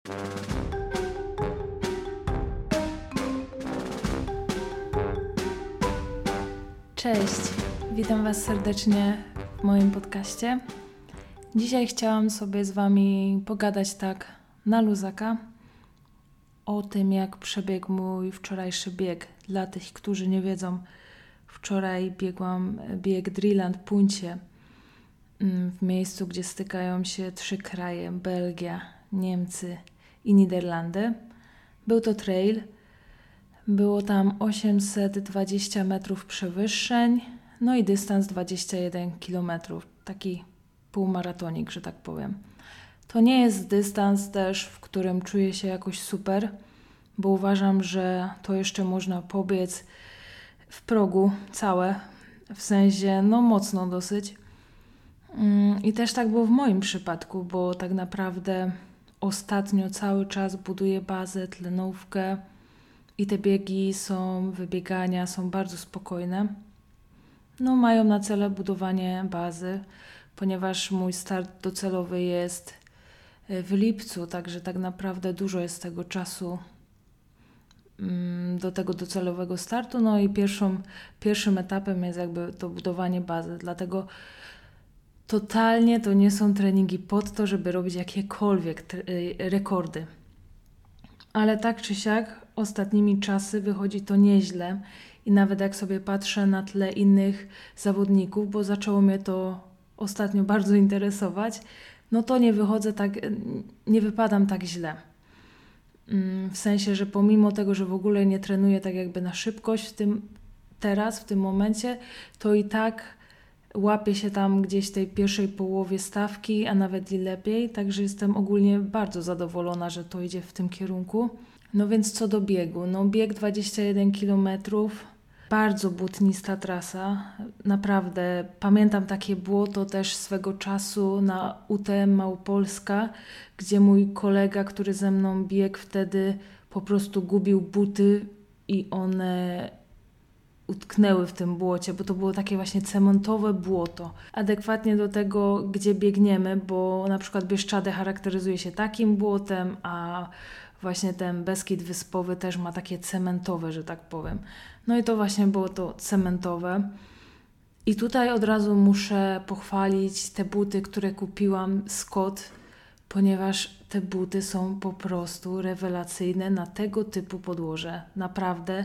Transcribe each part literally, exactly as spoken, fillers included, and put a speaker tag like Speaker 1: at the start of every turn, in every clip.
Speaker 1: Cześć, witam Was serdecznie w moim podcaście. Dzisiaj chciałam sobie z Wami pogadać tak na luzaka o tym, jak przebiegł mój wczorajszy bieg. Dla tych, którzy nie wiedzą, wczoraj biegłam bieg Drieland Puncie w miejscu, gdzie stykają się trzy kraje, Belgia, Niemcy i Niderlandy. Był to trail. Było tam osiemset dwadzieścia metrów przewyższeń, no i dystans dwadzieścia jeden kilometrów. Taki półmaratonik, że tak powiem. To nie jest dystans też, w którym czuję się jakoś super, bo uważam, że to jeszcze można pobiec w progu całe, w sensie no mocno dosyć. I też tak było w moim przypadku, bo tak naprawdę ostatnio cały czas buduję bazę, tlenówkę i te biegi są, wybiegania są bardzo spokojne. No mają na celu budowanie bazy, ponieważ mój start docelowy jest w lipcu, także tak naprawdę dużo jest tego czasu do tego docelowego startu. No i pierwszą, pierwszym etapem jest jakby to budowanie bazy, dlatego totalnie to nie są treningi pod to, żeby robić jakiekolwiek tre- rekordy. Ale tak czy siak ostatnimi czasy wychodzi to nieźle i nawet jak sobie patrzę na tle innych zawodników, bo zaczęło mnie to ostatnio bardzo interesować, no to nie wychodzę tak, nie wypadam tak źle. W sensie, że pomimo tego, że w ogóle nie trenuję tak jakby na szybkość w tym teraz, w tym momencie, to i tak łapię się tam gdzieś w tej pierwszej połowie stawki, a nawet i lepiej, także jestem ogólnie bardzo zadowolona, że to idzie w tym kierunku. No więc co do biegu, no bieg dwadzieścia jeden kilometrów, bardzo błotnista trasa, naprawdę pamiętam takie błoto też swego czasu na U T M Małopolska, gdzie mój kolega, który ze mną biegł wtedy, po prostu gubił buty i one utknęły w tym błocie, bo to było takie właśnie cementowe błoto. Adekwatnie do tego, gdzie biegniemy, bo na przykład Bieszczady charakteryzuje się takim błotem, a właśnie ten Beskid Wyspowy też ma takie cementowe, że tak powiem. No i to właśnie było to cementowe. I tutaj od razu muszę pochwalić te buty, które kupiłam Scott, ponieważ te buty są po prostu rewelacyjne na tego typu podłoże. Naprawdę.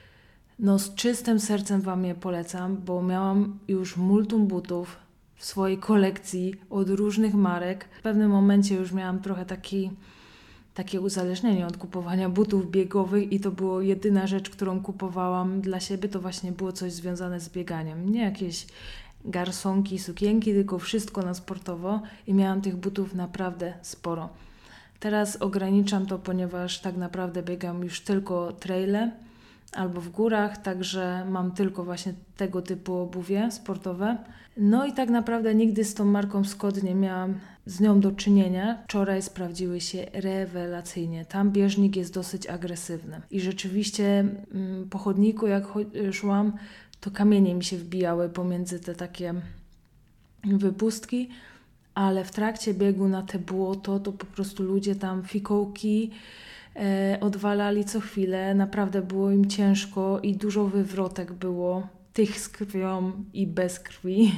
Speaker 1: No z czystym sercem Wam je polecam, bo miałam już multum butów w swojej kolekcji od różnych marek. W pewnym momencie już miałam trochę taki, takie uzależnienie od kupowania butów biegowych i to była jedyna rzecz, którą kupowałam dla siebie, to właśnie było coś związane z bieganiem. Nie jakieś garsonki, sukienki, tylko wszystko na sportowo i miałam tych butów naprawdę sporo. Teraz ograniczam to, ponieważ tak naprawdę biegam już tylko traile albo w górach, także mam tylko właśnie tego typu obuwie sportowe. No i tak naprawdę nigdy z tą marką Scott nie miałam z nią do czynienia. Wczoraj sprawdziły się rewelacyjnie. Tam bieżnik jest dosyć agresywny. I rzeczywiście mm, po chodniku jak cho- szłam, to kamienie mi się wbijały pomiędzy te takie wypustki, ale w trakcie biegu na te błoto to po prostu ludzie tam fikołki E, odwalali co chwilę, naprawdę było im ciężko i dużo wywrotek było, tych z krwią i bez krwi,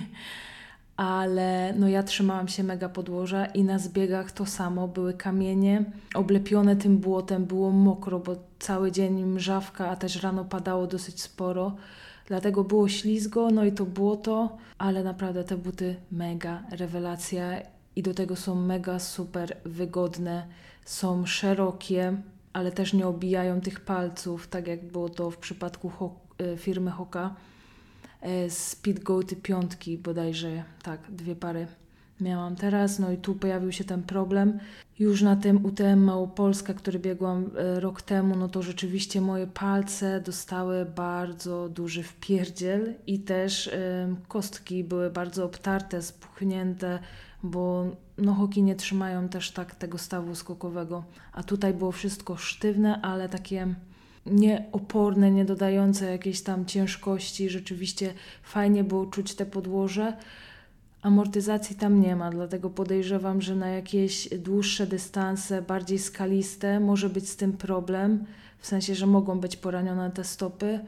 Speaker 1: ale no ja trzymałam się mega podłoża i na zbiegach to samo, były kamienie oblepione tym błotem, było mokro, bo cały dzień mrzawka, a też rano padało dosyć sporo, dlatego było ślizgo, no i to błoto, ale naprawdę te buty mega rewelacja i do tego są mega super wygodne, są szerokie, ale też nie obijają tych palców, tak jak było to w przypadku ho- firmy Hoka. Speedgoaty piątki bodajże, tak, dwie pary miałam teraz, no i tu pojawił się ten problem. Już na tym U T M Małopolska, który biegłam rok temu, no to rzeczywiście moje palce dostały bardzo duży wpierdziel i też y, kostki były bardzo obtarte, spuchnięte, bo no hoki nie trzymają też tak tego stawu skokowego, a tutaj było wszystko sztywne, ale takie nieoporne, nie dodające jakiejś tam ciężkości, rzeczywiście fajnie było czuć te podłoże, Amortyzacji tam nie ma, dlatego podejrzewam, że na jakieś dłuższe dystanse, bardziej skaliste, może być z tym problem, w sensie, że mogą być poranione te stopy.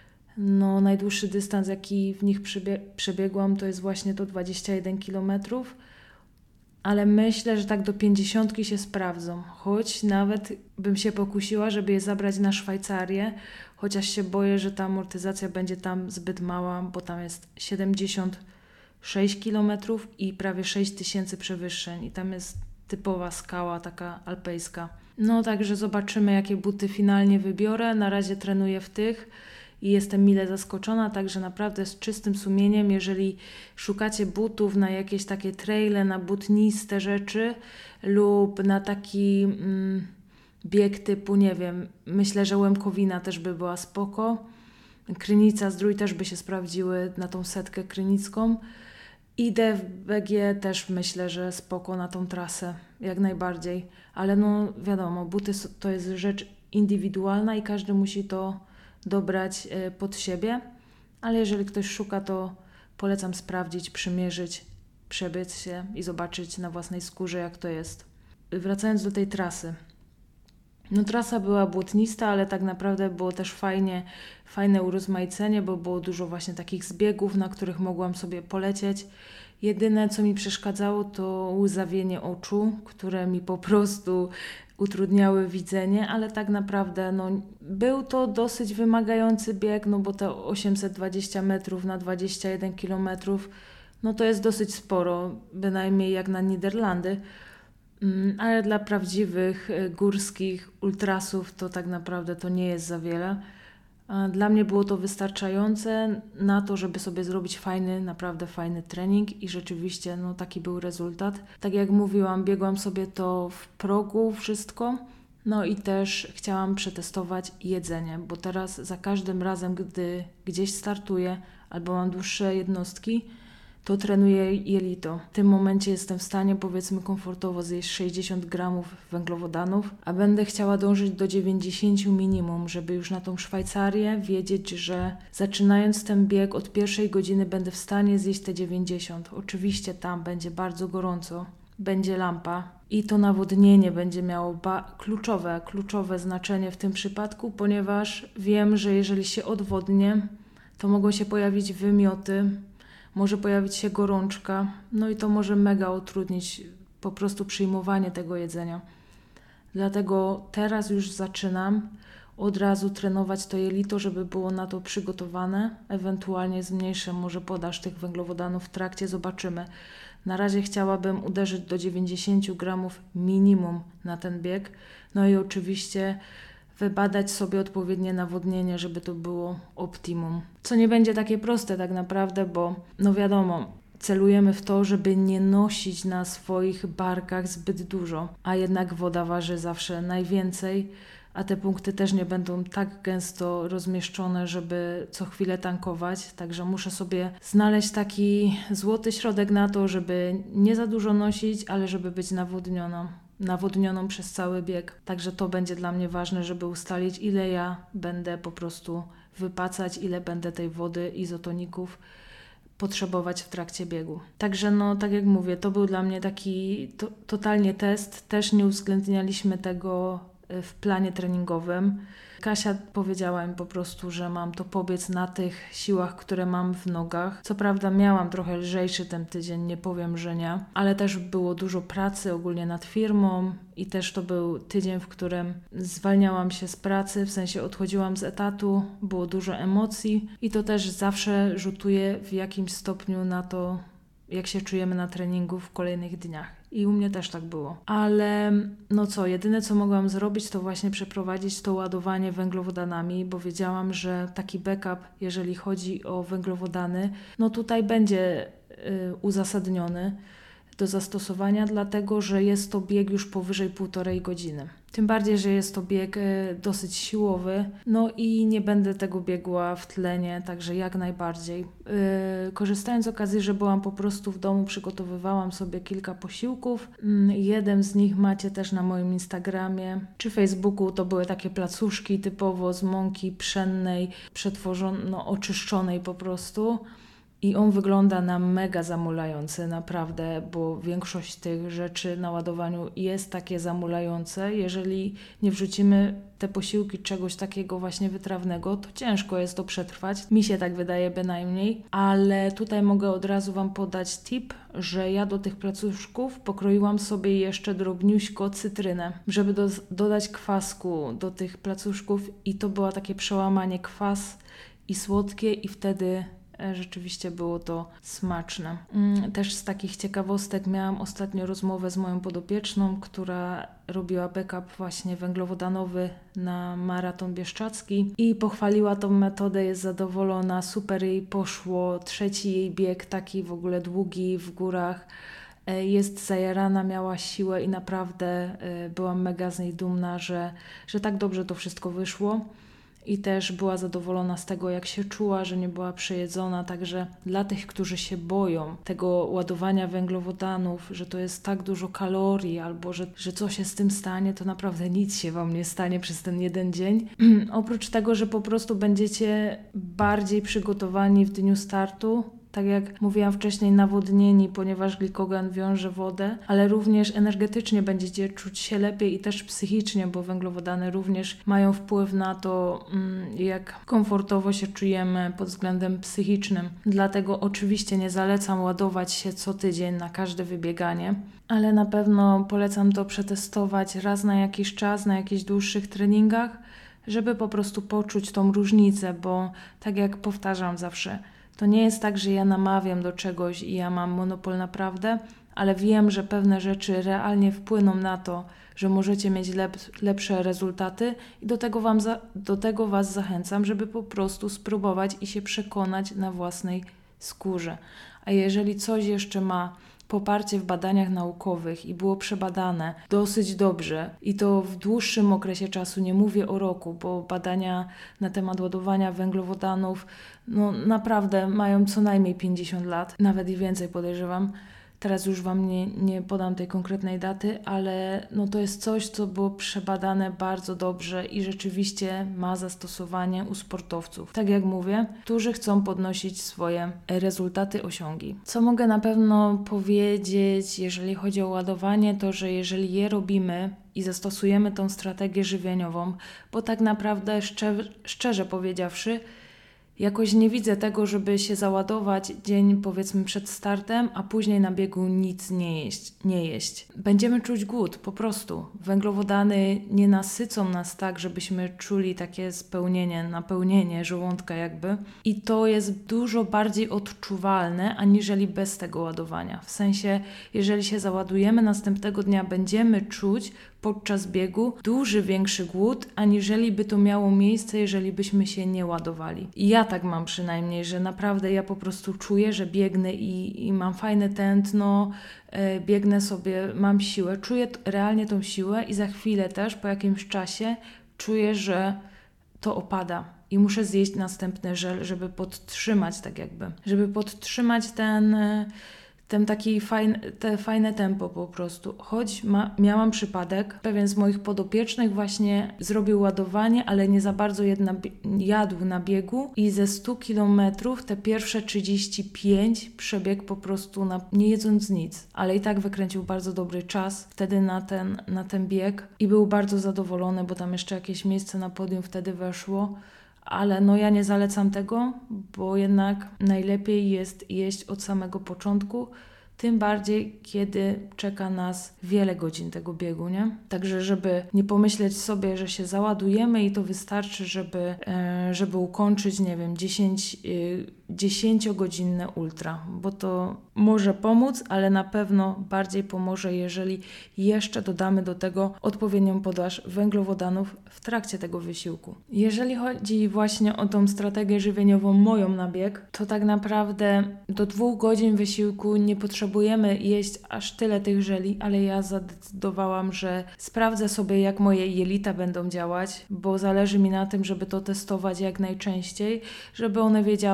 Speaker 1: No, najdłuższy dystans, jaki w nich przebie- przebiegłam, to jest właśnie to dwadzieścia jeden kilometrów, ale myślę, że tak do pięćdziesiątki się sprawdzą, choć nawet bym się pokusiła, żeby je zabrać na Szwajcarię, chociaż się boję, że ta amortyzacja będzie tam zbyt mała, bo tam jest siedemdziesiąt sześć kilometrów i prawie sześć tysięcy przewyższeń i tam jest typowa skała taka alpejska. No także zobaczymy, jakie buty finalnie wybiorę. Na razie trenuję w tych i jestem mile zaskoczona, także naprawdę z czystym sumieniem, jeżeli szukacie butów na jakieś takie traile, na butniste rzeczy lub na taki mm, bieg typu, nie wiem, myślę, że Łemkowina też by była spoko. Krynica, Zdrój też by się sprawdziły na tą setkę krynicką. I D F B G też myślę, że spoko na tą trasę, jak najbardziej. Ale no wiadomo, buty to jest rzecz indywidualna i każdy musi to dobrać pod siebie. Ale jeżeli ktoś szuka, to polecam sprawdzić, przymierzyć, przebiec się i zobaczyć na własnej skórze, jak to jest. Wracając do tej trasy. No trasa była błotnista, ale tak naprawdę było też fajnie, fajne urozmaicenie, bo było dużo właśnie takich zbiegów, na których mogłam sobie polecieć. Jedyne, co mi przeszkadzało, to łzawienie oczu, które mi po prostu utrudniały widzenie, ale tak naprawdę no, był to dosyć wymagający bieg, no bo te osiemset dwadzieścia metrów na dwadzieścia jeden kilometrów, no to jest dosyć sporo, bynajmniej jak na Niderlandy. Ale dla prawdziwych górskich ultrasów to tak naprawdę to nie jest za wiele. Dla mnie było to wystarczające na to, żeby sobie zrobić fajny, naprawdę fajny trening i rzeczywiście no, taki był rezultat. Tak jak mówiłam, biegłam sobie to w progu wszystko, no i też chciałam przetestować jedzenie, bo teraz za każdym razem, gdy gdzieś startuję albo mam dłuższe jednostki, to trenuję jelito. W tym momencie jestem w stanie, powiedzmy, komfortowo zjeść sześćdziesiąt gramów węglowodanów, a będę chciała dążyć do dziewięćdziesiąt minimum, żeby już na tą Szwajcarię wiedzieć, że zaczynając ten bieg od pierwszej godziny będę w stanie zjeść te dziewięćdziesiąt. Oczywiście tam będzie bardzo gorąco, będzie lampa i to nawodnienie będzie miało ba- kluczowe, kluczowe znaczenie w tym przypadku, ponieważ wiem, że jeżeli się odwodnię, to mogą się pojawić wymioty, może pojawić się gorączka, no i to może mega utrudnić po prostu przyjmowanie tego jedzenia. Dlatego teraz już zaczynam od razu trenować to jelito, żeby było na to przygotowane. Ewentualnie zmniejszę może podaż tych węglowodanów w trakcie, zobaczymy. Na razie chciałabym uderzyć do dziewięćdziesiąt gramów minimum na ten bieg. No i oczywiście wybadać sobie odpowiednie nawodnienie, żeby to było optimum. Co nie będzie takie proste tak naprawdę, bo no wiadomo, celujemy w to, żeby nie nosić na swoich barkach zbyt dużo, a jednak woda waży zawsze najwięcej, a te punkty też nie będą tak gęsto rozmieszczone, żeby co chwilę tankować, także muszę sobie znaleźć taki złoty środek na to, żeby nie za dużo nosić, ale żeby być nawodnioną. nawodnioną przez cały bieg. Także to będzie dla mnie ważne, żeby ustalić, ile ja będę po prostu wypacać, ile będę tej wody, izotoników potrzebować w trakcie biegu. Także no, tak jak mówię, to był dla mnie taki to, totalnie test. Też nie uwzględnialiśmy tego w planie treningowym. Kasia powiedziała mi po prostu, że mam to pobiec na tych siłach, które mam w nogach. Co prawda miałam trochę lżejszy ten tydzień, nie powiem, że nie, ale też było dużo pracy ogólnie nad firmą i też to był tydzień, w którym zwalniałam się z pracy, w sensie odchodziłam z etatu, było dużo emocji i to też zawsze rzutuje w jakimś stopniu na to, jak się czujemy na treningu w kolejnych dniach. I u mnie też tak było. Ale no co, jedyne co mogłam zrobić, to właśnie przeprowadzić to ładowanie węglowodanami, bo wiedziałam, że taki backup, jeżeli chodzi o węglowodany, no tutaj będzie y, uzasadniony do zastosowania, dlatego że jest to bieg już powyżej półtorej godziny. Tym bardziej, że jest to bieg y, dosyć siłowy, no i nie będę tego biegła w tlenie, także jak najbardziej. Yy, korzystając z okazji, że byłam po prostu w domu, przygotowywałam sobie kilka posiłków. Yy, jeden z nich macie też na moim Instagramie czy Facebooku. To były takie placuszki typowo z mąki pszennej, przetworzonej, no, oczyszczonej po prostu. I on wygląda na mega zamulający, naprawdę, bo większość tych rzeczy na ładowaniu jest takie zamulające. Jeżeli nie wrzucimy te posiłki czegoś takiego właśnie wytrawnego, to ciężko jest to przetrwać. Mi się tak wydaje bynajmniej, ale tutaj mogę od razu Wam podać tip, że ja do tych placuszków pokroiłam sobie jeszcze drobniuśko cytrynę, żeby do, dodać kwasku do tych placuszków i to było takie przełamanie kwas i słodkie i wtedy rzeczywiście było to smaczne. Też z takich ciekawostek miałam ostatnio rozmowę z moją podopieczną, która robiła backup właśnie węglowodanowy na maraton bieszczacki i pochwaliła tą metodę, jest zadowolona, super jej poszło, trzeci jej bieg, taki w ogóle długi w górach. Jest zajarana, miała siłę i naprawdę byłam mega z niej dumna, że, że tak dobrze to wszystko wyszło. I też była zadowolona z tego, jak się czuła, że nie była przejedzona. Także dla tych, którzy się boją tego ładowania węglowodanów, że to jest tak dużo kalorii albo że, że coś się z tym stanie, to naprawdę nic się Wam nie stanie przez ten jeden dzień. Oprócz tego, że po prostu będziecie bardziej przygotowani w dniu startu. Tak jak mówiłam wcześniej, nawodnieni, ponieważ glikogen wiąże wodę, ale również energetycznie będziecie czuć się lepiej i też psychicznie, bo węglowodany również mają wpływ na to, jak komfortowo się czujemy pod względem psychicznym. Dlatego oczywiście nie zalecam ładować się co tydzień na każde wybieganie, ale na pewno polecam to przetestować raz na jakiś czas, na jakichś dłuższych treningach, żeby po prostu poczuć tą różnicę, bo tak jak powtarzam zawsze, to nie jest tak, że ja namawiam do czegoś i ja mam monopol na prawdę, ale wiem, że pewne rzeczy realnie wpłyną na to, że możecie mieć lep- lepsze rezultaty i do tego, wam za- do tego Was zachęcam, żeby po prostu spróbować i się przekonać na własnej skórze. A jeżeli coś jeszcze ma poparcie w badaniach naukowych i było przebadane dosyć dobrze i to w dłuższym okresie czasu, nie mówię o roku, bo badania na temat ładowania węglowodanów no naprawdę mają co najmniej pięćdziesiąt lat, nawet i więcej podejrzewam. Teraz już Wam nie, nie podam tej konkretnej daty, ale no to jest coś, co było przebadane bardzo dobrze i rzeczywiście ma zastosowanie u sportowców. Tak jak mówię, którzy chcą podnosić swoje rezultaty, osiągi. Co mogę na pewno powiedzieć, jeżeli chodzi o ładowanie, to że jeżeli je robimy i zastosujemy tą strategię żywieniową, bo tak naprawdę szczerze, szczerze powiedziawszy, jakoś nie widzę tego, żeby się załadować dzień powiedzmy przed startem, a później na biegu nic nie jeść. Nie jeść. Będziemy czuć głód, po prostu. Węglowodany nie nasycą nas tak, żebyśmy czuli takie spełnienie, napełnienie żołądka jakby. I to jest dużo bardziej odczuwalne, aniżeli bez tego ładowania. W sensie, jeżeli się załadujemy, następnego dnia będziemy czuć podczas biegu duży, większy głód, aniżeli by to miało miejsce, jeżeli byśmy się nie ładowali. I ja tak mam przynajmniej, że naprawdę ja po prostu czuję, że biegnę i, i mam fajne tętno, e, biegnę sobie, mam siłę, czuję t- realnie tą siłę i za chwilę też, po jakimś czasie czuję, że to opada. I muszę zjeść następny żel, żeby podtrzymać tak jakby, żeby podtrzymać ten... E, ten taki fajn, te fajne tempo po prostu. Choć ma, miałam przypadek, pewien z moich podopiecznych właśnie zrobił ładowanie, ale nie za bardzo jedna, jadł na biegu i ze stu kilometrów te pierwsze trzydzieści pięć przebiegł po prostu na, nie jedząc nic, ale i tak wykręcił bardzo dobry czas wtedy na ten, na ten bieg i był bardzo zadowolony, bo tam jeszcze jakieś miejsce na podium wtedy weszło. Ale no ja nie zalecam tego, bo jednak najlepiej jest jeść od samego początku, tym bardziej, kiedy czeka nas wiele godzin tego biegu, nie? Także żeby nie pomyśleć sobie, że się załadujemy i to wystarczy, żeby, żeby ukończyć, nie wiem, dziesięć, dziesięciogodzinne ultra, bo to może pomóc, ale na pewno bardziej pomoże, jeżeli jeszcze dodamy do tego odpowiednią podaż węglowodanów w trakcie tego wysiłku. Jeżeli chodzi właśnie o tą strategię żywieniową moją na bieg, to tak naprawdę do dwóch godzin wysiłku nie potrzebujemy jeść aż tyle tych żeli, ale ja zadecydowałam, że sprawdzę sobie, jak moje jelita będą działać, bo zależy mi na tym, żeby to testować jak najczęściej, żeby one wiedziały, że mają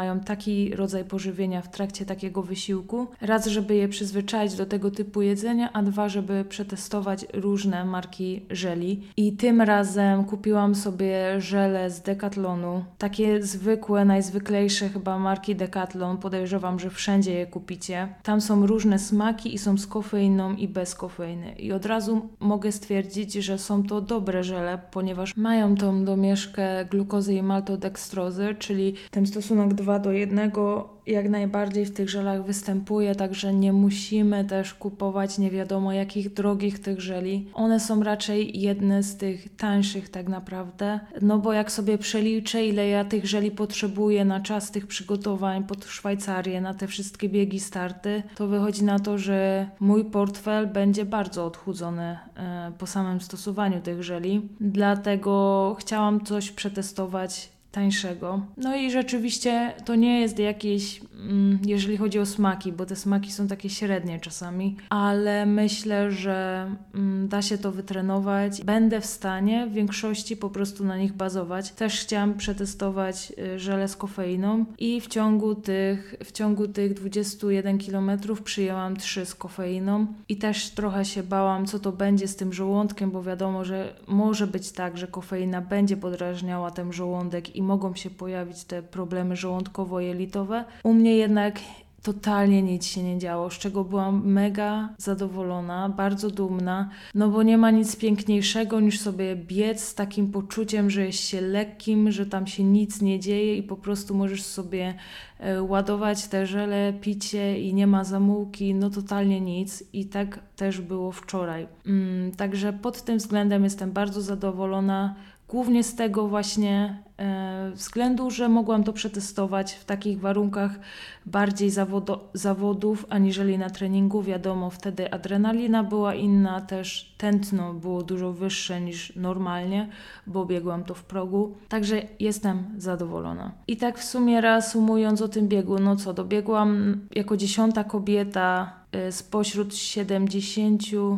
Speaker 1: mają taki rodzaj pożywienia w trakcie takiego wysiłku. Raz, żeby je przyzwyczaić do tego typu jedzenia, a dwa, żeby przetestować różne marki żeli. I tym razem kupiłam sobie żele z Decathlonu. Takie zwykłe, najzwyklejsze chyba marki Decathlon. Podejrzewam, że wszędzie je kupicie. Tam są różne smaki i są z kofeiną i bez kofeiny. I od razu mogę stwierdzić, że są to dobre żele, ponieważ mają tą domieszkę glukozy i maltodextrozy, czyli ten stosunek dwa do jednego jak najbardziej w tych żelach występuje, także nie musimy też kupować nie wiadomo jakich drogich tych żeli. One są raczej jedne z tych tańszych tak naprawdę, no bo jak sobie przeliczę, ile ja tych żeli potrzebuję na czas tych przygotowań pod Szwajcarię, na te wszystkie biegi, starty, to wychodzi na to, że mój portfel będzie bardzo odchudzony e, po samym stosowaniu tych żeli. Dlatego chciałam coś przetestować tańszego. No i rzeczywiście to nie jest jakieś, mm, jeżeli chodzi o smaki, bo te smaki są takie średnie czasami, ale myślę, że mm, da się to wytrenować. Będę w stanie w większości po prostu na nich bazować. Też chciałam przetestować y, żele z kofeiną i w ciągu tych, w ciągu tych dwudziestu jeden kilometrów przyjęłam trzy z kofeiną i też trochę się bałam, co to będzie z tym żołądkiem, bo wiadomo, że może być tak, że kofeina będzie podrażniała ten żołądek i mogą się pojawić te problemy żołądkowo-jelitowe. U mnie jednak totalnie nic się nie działo, z czego byłam mega zadowolona, bardzo dumna, no bo nie ma nic piękniejszego niż sobie biec z takim poczuciem, że jest się lekkim, że tam się nic nie dzieje i po prostu możesz sobie e, ładować te żele, picie i nie ma zamułki, no totalnie nic i tak też było wczoraj. Mm, także pod tym względem jestem bardzo zadowolona. Głównie z tego właśnie e, względu, że mogłam to przetestować w takich warunkach bardziej zawodo- zawodów, aniżeli na treningu. Wiadomo, wtedy adrenalina była inna, też tętno było dużo wyższe niż normalnie, bo biegłam to w progu. Także jestem zadowolona. I tak w sumie reasumując o tym biegu, no co, dobiegłam jako dziesiąta kobieta e, spośród siedemdziesięciu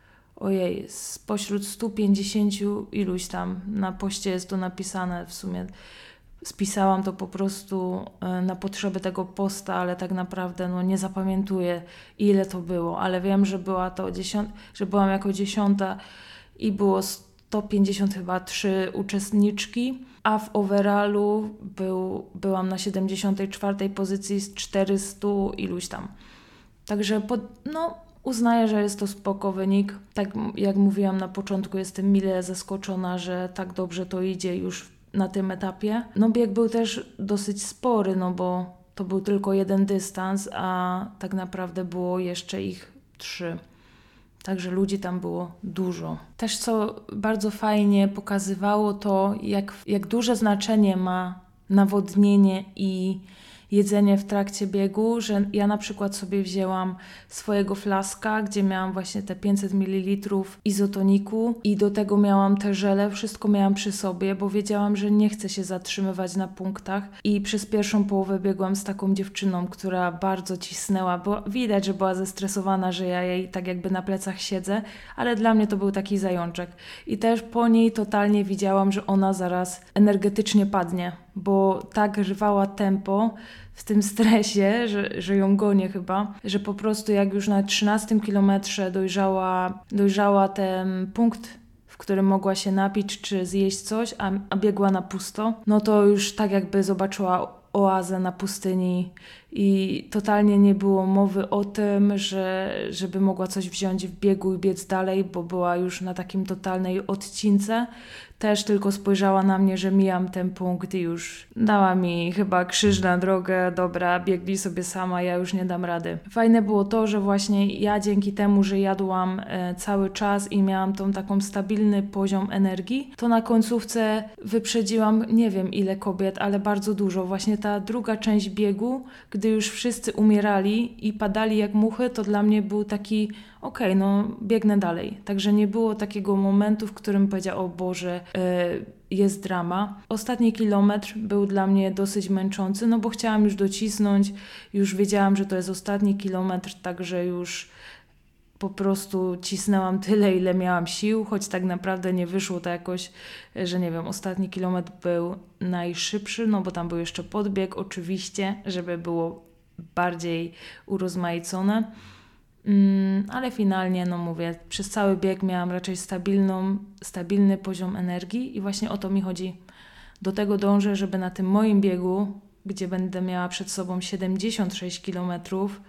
Speaker 1: Ojej, spośród stu pięćdziesięciu iluś tam na poście jest to napisane, w sumie spisałam to po prostu na potrzeby tego posta, ale tak naprawdę no, nie zapamiętuję ile to było, ale wiem, że była to dziesiąt, że byłam jako dziesiąta i było sto pięćdziesiąt chyba trzy uczestniczki, a w overallu był, byłam na siedemdziesiątej czwartej pozycji z czterystu iluś tam. Także pod, no uznaję, że jest to spoko wynik. Tak jak mówiłam na początku, jestem mile zaskoczona, że tak dobrze to idzie już na tym etapie. No bieg był też dosyć spory, no bo to był tylko jeden dystans, a tak naprawdę było jeszcze ich trzy. Także ludzi tam było dużo. Też co bardzo fajnie pokazywało to, jak, jak duże znaczenie ma nawodnienie i jedzenie w trakcie biegu, że ja na przykład sobie wzięłam swojego flaska, gdzie miałam właśnie te pięćset mililitrów izotoniku i do tego miałam te żele, wszystko miałam przy sobie, bo wiedziałam, że nie chcę się zatrzymywać na punktach i przez pierwszą połowę biegłam z taką dziewczyną, która bardzo cisnęła, bo widać, że była zestresowana, że ja jej tak jakby na plecach siedzę, ale dla mnie to był taki zajączek i też po niej totalnie widziałam, że ona zaraz energetycznie padnie, bo tak rwała tempo w tym stresie, że, że ją gonię chyba, że po prostu jak już na trzynastym kilometrze dojrzała, dojrzała ten punkt, w którym mogła się napić czy zjeść coś, a, a biegła na pusto, no to już tak jakby zobaczyła oazę na pustyni i totalnie nie było mowy o tym, że, żeby mogła coś wziąć w biegu i biec dalej, bo była już na takim totalnej odcince. Też tylko spojrzała na mnie, że mijam ten punkt i już dała mi chyba krzyż na drogę, dobra, biegli sobie sama, ja już nie dam rady. Fajne było to, że właśnie ja dzięki temu, że jadłam e, cały czas i miałam tą taką stabilny poziom energii, to na końcówce wyprzedziłam nie wiem ile kobiet, ale bardzo dużo. Właśnie ta druga część biegu, gdy już wszyscy umierali i padali jak muchy, to dla mnie był taki okej, okay, no biegnę dalej. Także nie było takiego momentu, w którym powiedział, o Boże, yy, jest drama. Ostatni kilometr był dla mnie dosyć męczący, no bo chciałam już docisnąć, już wiedziałam, że to jest ostatni kilometr, także już po prostu cisnęłam tyle, ile miałam sił, choć tak naprawdę nie wyszło to jakoś, że nie wiem, ostatni kilometr był najszybszy, no bo tam był jeszcze podbieg oczywiście, żeby było bardziej urozmaicone. Mm, ale finalnie, no mówię, przez cały bieg miałam raczej stabilną, stabilny poziom energii i właśnie o to mi chodzi. Do tego dążę, żeby na tym moim biegu, gdzie będę miała przed sobą siedemdziesiąt sześć kilometrów,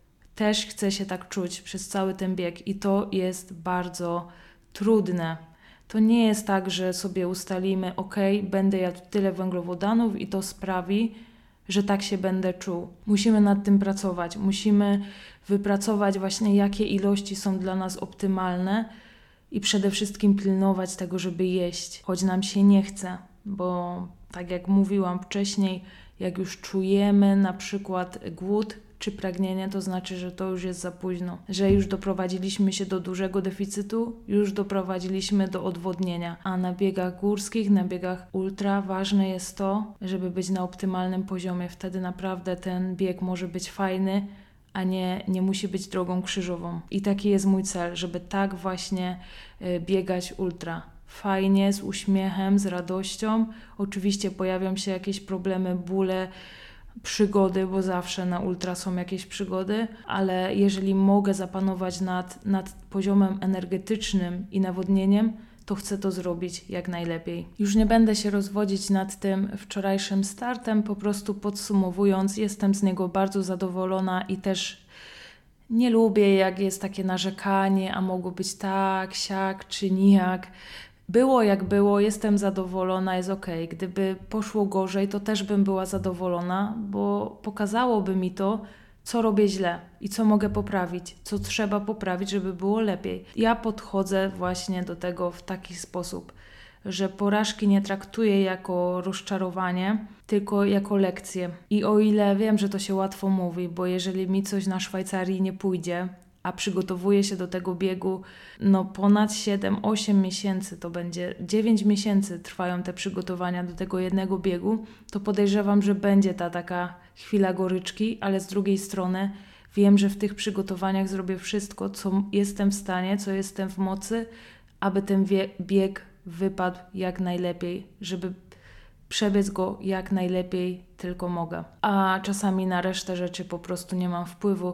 Speaker 1: też chcę się tak czuć przez cały ten bieg i to jest bardzo trudne. To nie jest tak, że sobie ustalimy, ok, będę jadł tyle węglowodanów i to sprawi, że tak się będę czuł. Musimy nad tym pracować. Musimy wypracować właśnie, jakie ilości są dla nas optymalne i przede wszystkim pilnować tego, żeby jeść, choć nam się nie chce, bo tak jak mówiłam wcześniej, jak już czujemy na przykład głód czy pragnienie, to znaczy, że to już jest za późno, że już doprowadziliśmy się do dużego deficytu, już doprowadziliśmy do odwodnienia, a na biegach górskich, na biegach ultra ważne jest to, żeby być na optymalnym poziomie, wtedy naprawdę ten bieg może być fajny, a nie, nie musi być drogą krzyżową. I taki jest mój cel, żeby tak właśnie y, biegać ultra. Fajnie, z uśmiechem, z radością. Oczywiście pojawią się jakieś problemy, bóle, przygody, bo zawsze na ultra są jakieś przygody, ale jeżeli mogę zapanować nad, nad poziomem energetycznym i nawodnieniem, to chcę to zrobić jak najlepiej. Już nie będę się rozwodzić nad tym wczorajszym startem, po prostu podsumowując, jestem z niego bardzo zadowolona i też nie lubię, jak jest takie narzekanie, a mogło być tak, siak czy nijak. Było jak było, jestem zadowolona, jest okej. Gdyby poszło gorzej, to też bym była zadowolona, bo pokazałoby mi to, co robię źle i co mogę poprawić, co trzeba poprawić, żeby było lepiej. Ja podchodzę właśnie do tego w taki sposób, że porażki nie traktuję jako rozczarowanie, tylko jako lekcję. I o ile wiem, że to się łatwo mówi, bo jeżeli mi coś na Szwajcarii nie pójdzie, a przygotowuję się do tego biegu no ponad siedem osiem miesięcy, to będzie dziewięć miesięcy trwają te przygotowania do tego jednego biegu, to podejrzewam, że będzie ta taka chwila goryczki, ale z drugiej strony wiem, że w tych przygotowaniach zrobię wszystko, co jestem w stanie, co jestem w mocy, aby ten wie- bieg wypadł jak najlepiej, żeby przebiec go jak najlepiej tylko mogę. A czasami na resztę rzeczy po prostu nie mam wpływu,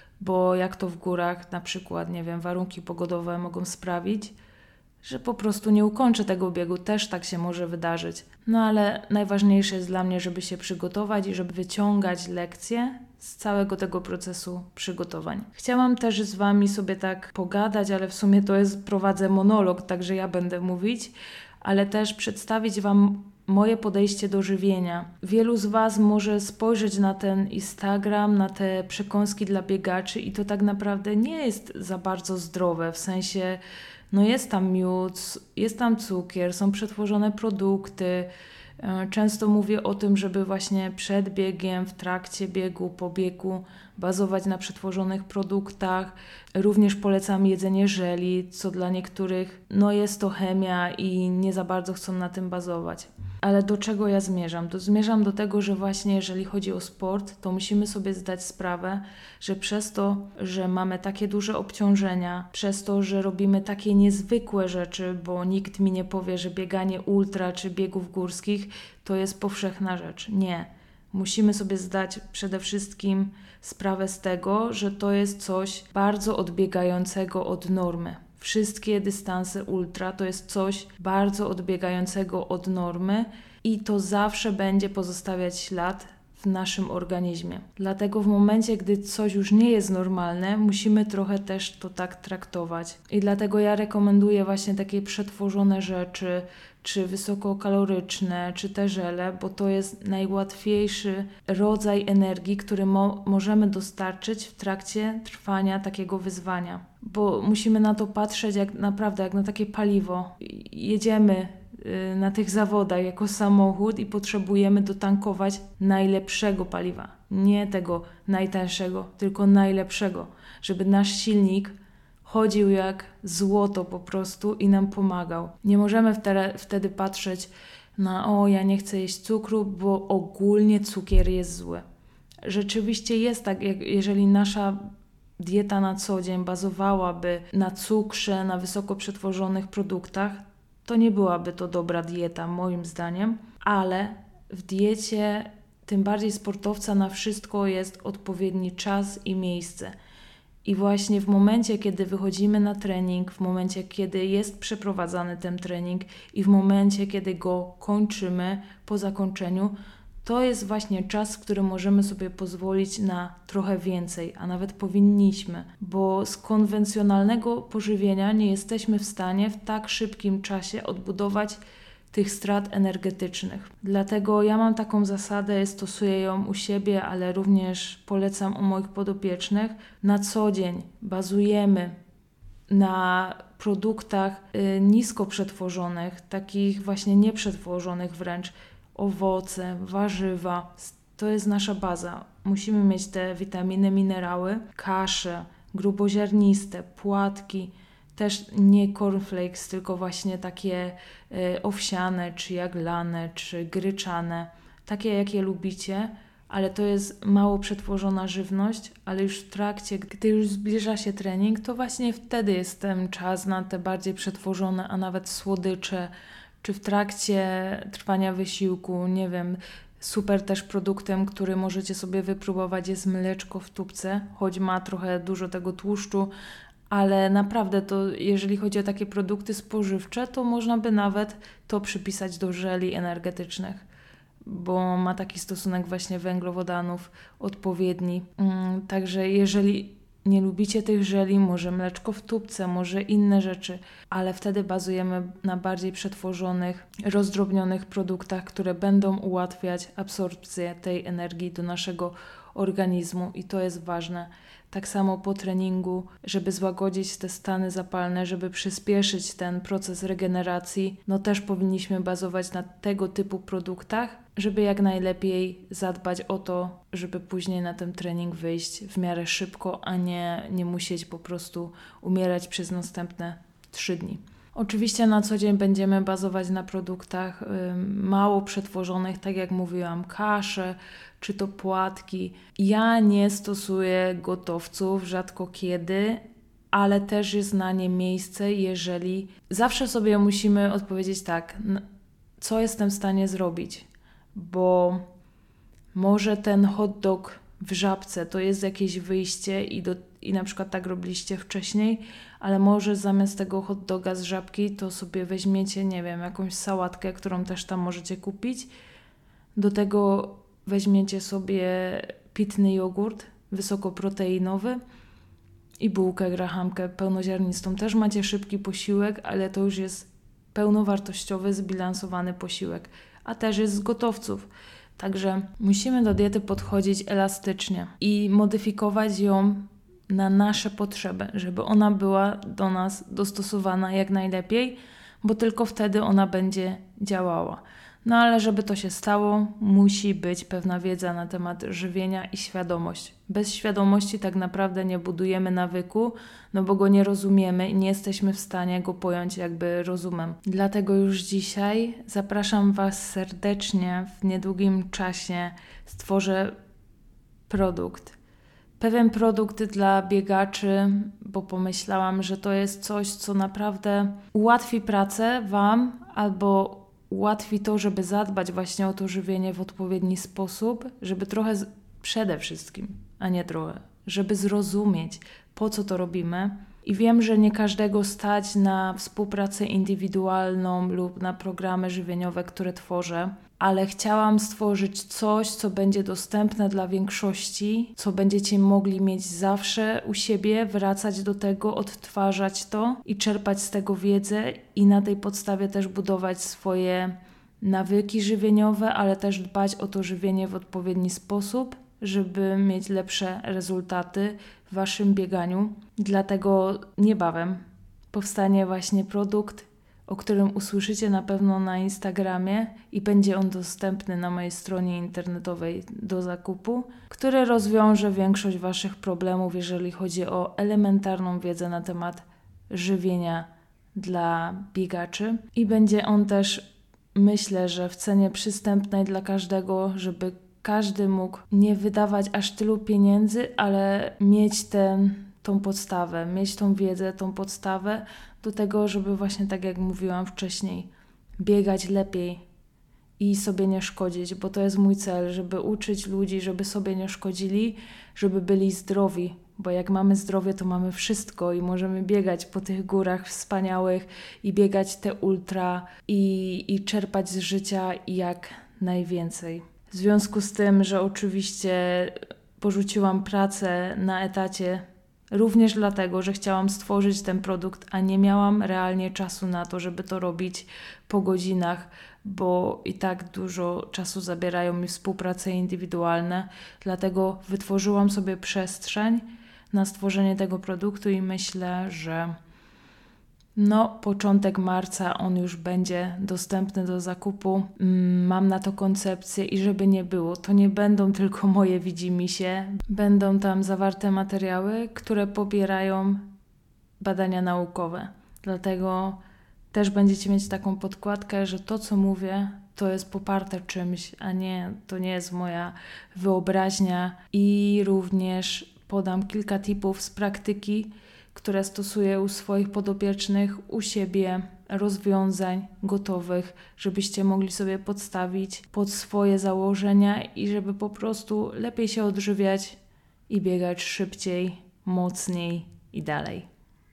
Speaker 1: bo jak to w górach, na przykład, nie wiem, warunki pogodowe mogą sprawić, że po prostu nie ukończę tego biegu, też tak się może wydarzyć. No ale najważniejsze jest dla mnie, żeby się przygotować i żeby wyciągać lekcje z całego tego procesu przygotowań. Chciałam też z Wami sobie tak pogadać, ale w sumie to jest, prowadzę monolog, także ja będę mówić, ale też przedstawić Wam moje podejście do żywienia. Wielu z Was może spojrzeć na ten Instagram, na te przekąski dla biegaczy i to tak naprawdę nie jest za bardzo zdrowe, w sensie no jest tam miód, jest tam cukier, są przetworzone produkty. Często mówię o tym, żeby właśnie przed biegiem, w trakcie biegu, po biegu bazować na przetworzonych produktach. Również polecam jedzenie żeli, co dla niektórych no jest to chemia i nie za bardzo chcą na tym bazować. Ale do czego ja zmierzam? To zmierzam do tego, że właśnie jeżeli chodzi o sport, to musimy sobie zdać sprawę, że przez to, że mamy takie duże obciążenia, przez to, że robimy takie niezwykłe rzeczy, bo nikt mi nie powie, że bieganie ultra czy biegów górskich to jest powszechna rzecz. Nie. Musimy sobie zdać przede wszystkim sprawę z tego, że to jest coś bardzo odbiegającego od normy. Wszystkie dystanse ultra to jest coś bardzo odbiegającego od normy i to zawsze będzie pozostawiać ślad w naszym organizmie. Dlatego w momencie, gdy coś już nie jest normalne, musimy trochę też to tak traktować. I dlatego ja rekomenduję właśnie takie przetworzone rzeczy, czy wysokokaloryczne, czy te żele, bo to jest najłatwiejszy rodzaj energii, który mo- możemy dostarczyć w trakcie trwania takiego wyzwania. Bo musimy na to patrzeć jak naprawdę jak na takie paliwo. Jedziemy y, na tych zawodach jako samochód i potrzebujemy dotankować najlepszego paliwa. Nie tego najtańszego, tylko najlepszego, żeby nasz silnik chodził jak złoto po prostu i nam pomagał. Nie możemy wtedy, wtedy patrzeć na o, ja nie chcę jeść cukru, bo ogólnie cukier jest zły. Rzeczywiście jest tak, jak jeżeli nasza dieta na co dzień bazowałaby na cukrze, na wysoko przetworzonych produktach, to nie byłaby to dobra dieta moim zdaniem, ale w diecie, tym bardziej sportowca, na wszystko jest odpowiedni czas i miejsce. I właśnie w momencie, kiedy wychodzimy na trening, w momencie, kiedy jest przeprowadzany ten trening i w momencie, kiedy go kończymy, po zakończeniu, to jest właśnie czas, w którym możemy sobie pozwolić na trochę więcej, a nawet powinniśmy, bo z konwencjonalnego pożywienia nie jesteśmy w stanie w tak szybkim czasie odbudować tych strat energetycznych. Dlatego ja mam taką zasadę, stosuję ją u siebie, ale również polecam u moich podopiecznych. Na co dzień bazujemy na produktach y, nisko przetworzonych, takich właśnie nieprzetworzonych wręcz, owoce, warzywa. To jest nasza baza. Musimy mieć te witaminy, minerały, kasze, gruboziarniste, płatki, też nie cornflakes, tylko właśnie takie y, owsiane, czy jaglane, czy gryczane, takie jakie lubicie, ale to jest mało przetworzona żywność, ale już w trakcie, gdy już zbliża się trening, to właśnie wtedy jest ten czas na te bardziej przetworzone, a nawet słodycze, czy w trakcie trwania wysiłku, nie wiem. Super też produktem, który możecie sobie wypróbować, jest mleczko w tubce, choć ma trochę dużo tego tłuszczu, ale naprawdę to, jeżeli chodzi o takie produkty spożywcze, to można by nawet to przypisać do żeli energetycznych, bo ma taki stosunek właśnie węglowodanów odpowiedni. Mm, także jeżeli nie lubicie tych żeli, może mleczko w tubce, może inne rzeczy, ale wtedy bazujemy na bardziej przetworzonych, rozdrobnionych produktach, które będą ułatwiać absorpcję tej energii do naszego organizmu i to jest ważne. Tak samo po treningu, żeby złagodzić te stany zapalne, żeby przyspieszyć ten proces regeneracji, no też powinniśmy bazować na tego typu produktach, żeby jak najlepiej zadbać o to, żeby później na ten trening wyjść w miarę szybko, a nie, nie musieć po prostu umierać przez następne trzy dni. Oczywiście na co dzień będziemy bazować na produktach y, mało przetworzonych, tak jak mówiłam, kasze, czy to płatki. Ja nie stosuję gotowców rzadko kiedy, ale też jest na nie miejsce, jeżeli zawsze sobie musimy odpowiedzieć tak, co jestem w stanie zrobić, bo może ten hot dog w Żabce to jest jakieś wyjście i, do, i na przykład tak robiliście wcześniej, ale może zamiast tego hot doga z Żabki to sobie weźmiecie, nie wiem, jakąś sałatkę, którą też tam możecie kupić. Do tego weźmiecie sobie pitny jogurt wysokoproteinowy i bułkę grahamkę pełnoziarnistą. Też macie szybki posiłek, ale to już jest pełnowartościowy, zbilansowany posiłek, a też jest z gotowców. Także musimy do diety podchodzić elastycznie i modyfikować ją na nasze potrzeby, żeby ona była do nas dostosowana jak najlepiej, bo tylko wtedy ona będzie działała. No ale żeby to się stało, musi być pewna wiedza na temat żywienia i świadomość. Bez świadomości tak naprawdę nie budujemy nawyku, no bo go nie rozumiemy i nie jesteśmy w stanie go pojąć jakby rozumem. Dlatego już dzisiaj zapraszam Was serdecznie, w niedługim czasie stworzę produkt. Pewien produkt dla biegaczy, bo pomyślałam, że to jest coś, co naprawdę ułatwi pracę Wam albo ułatwi to, żeby zadbać właśnie o to żywienie w odpowiedni sposób, żeby trochę, z... przede wszystkim, a nie trochę, żeby zrozumieć, po co to robimy. I wiem, że nie każdego stać na współpracę indywidualną lub na programy żywieniowe, które tworzę, ale chciałam stworzyć coś, co będzie dostępne dla większości, co będziecie mogli mieć zawsze u siebie, wracać do tego, odtwarzać to i czerpać z tego wiedzę i na tej podstawie też budować swoje nawyki żywieniowe, ale też dbać o to żywienie w odpowiedni sposób, żeby mieć lepsze rezultaty w Waszym bieganiu. Dlatego niebawem powstanie właśnie produkt, o którym usłyszycie na pewno na Instagramie i będzie on dostępny na mojej stronie internetowej do zakupu, który rozwiąże większość Waszych problemów, jeżeli chodzi o elementarną wiedzę na temat żywienia dla biegaczy. I będzie on też, myślę, że w cenie przystępnej dla każdego, żeby każdy mógł nie wydawać aż tylu pieniędzy, ale mieć ten tą podstawę, mieć tą wiedzę, tą podstawę do tego, żeby właśnie tak jak mówiłam wcześniej, biegać lepiej i sobie nie szkodzić, bo to jest mój cel, żeby uczyć ludzi, żeby sobie nie szkodzili, żeby byli zdrowi, bo jak mamy zdrowie, to mamy wszystko i możemy biegać po tych górach wspaniałych i biegać te ultra i, i czerpać z życia jak najwięcej. W związku z tym, że oczywiście porzuciłam pracę na etacie, również dlatego, że chciałam stworzyć ten produkt, a nie miałam realnie czasu na to, żeby to robić po godzinach, bo i tak dużo czasu zabierają mi współprace indywidualne. Dlatego wytworzyłam sobie przestrzeń na stworzenie tego produktu i myślę, że no, początek marca on już będzie dostępny do zakupu. Mam na to koncepcję i żeby nie było, to nie będą tylko moje widzimisię. Będą tam zawarte materiały, które popierają badania naukowe. Dlatego też będziecie mieć taką podkładkę, że to, co mówię, to jest poparte czymś, a nie, to nie jest moja wyobraźnia. I również podam kilka tipów z praktyki, które stosuję u swoich podopiecznych, u siebie, rozwiązań gotowych, żebyście mogli sobie podstawić pod swoje założenia i żeby po prostu lepiej się odżywiać i biegać szybciej, mocniej i dalej.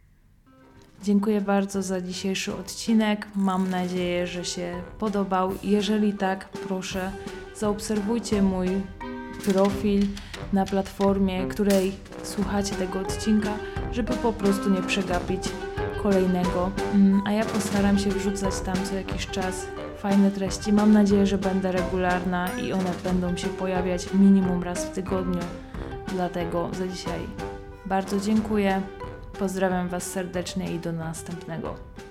Speaker 1: Dziękuję bardzo za dzisiejszy odcinek. Mam nadzieję, że się podobał. Jeżeli tak, proszę zaobserwujcie mój profil na platformie, której słuchacie tego odcinka, żeby po prostu nie przegapić kolejnego. A ja postaram się wrzucać tam co jakiś czas fajne treści. Mam nadzieję, że będę regularna i one będą się pojawiać minimum raz w tygodniu. Dlatego za dzisiaj bardzo dziękuję. Pozdrawiam Was serdecznie i do następnego.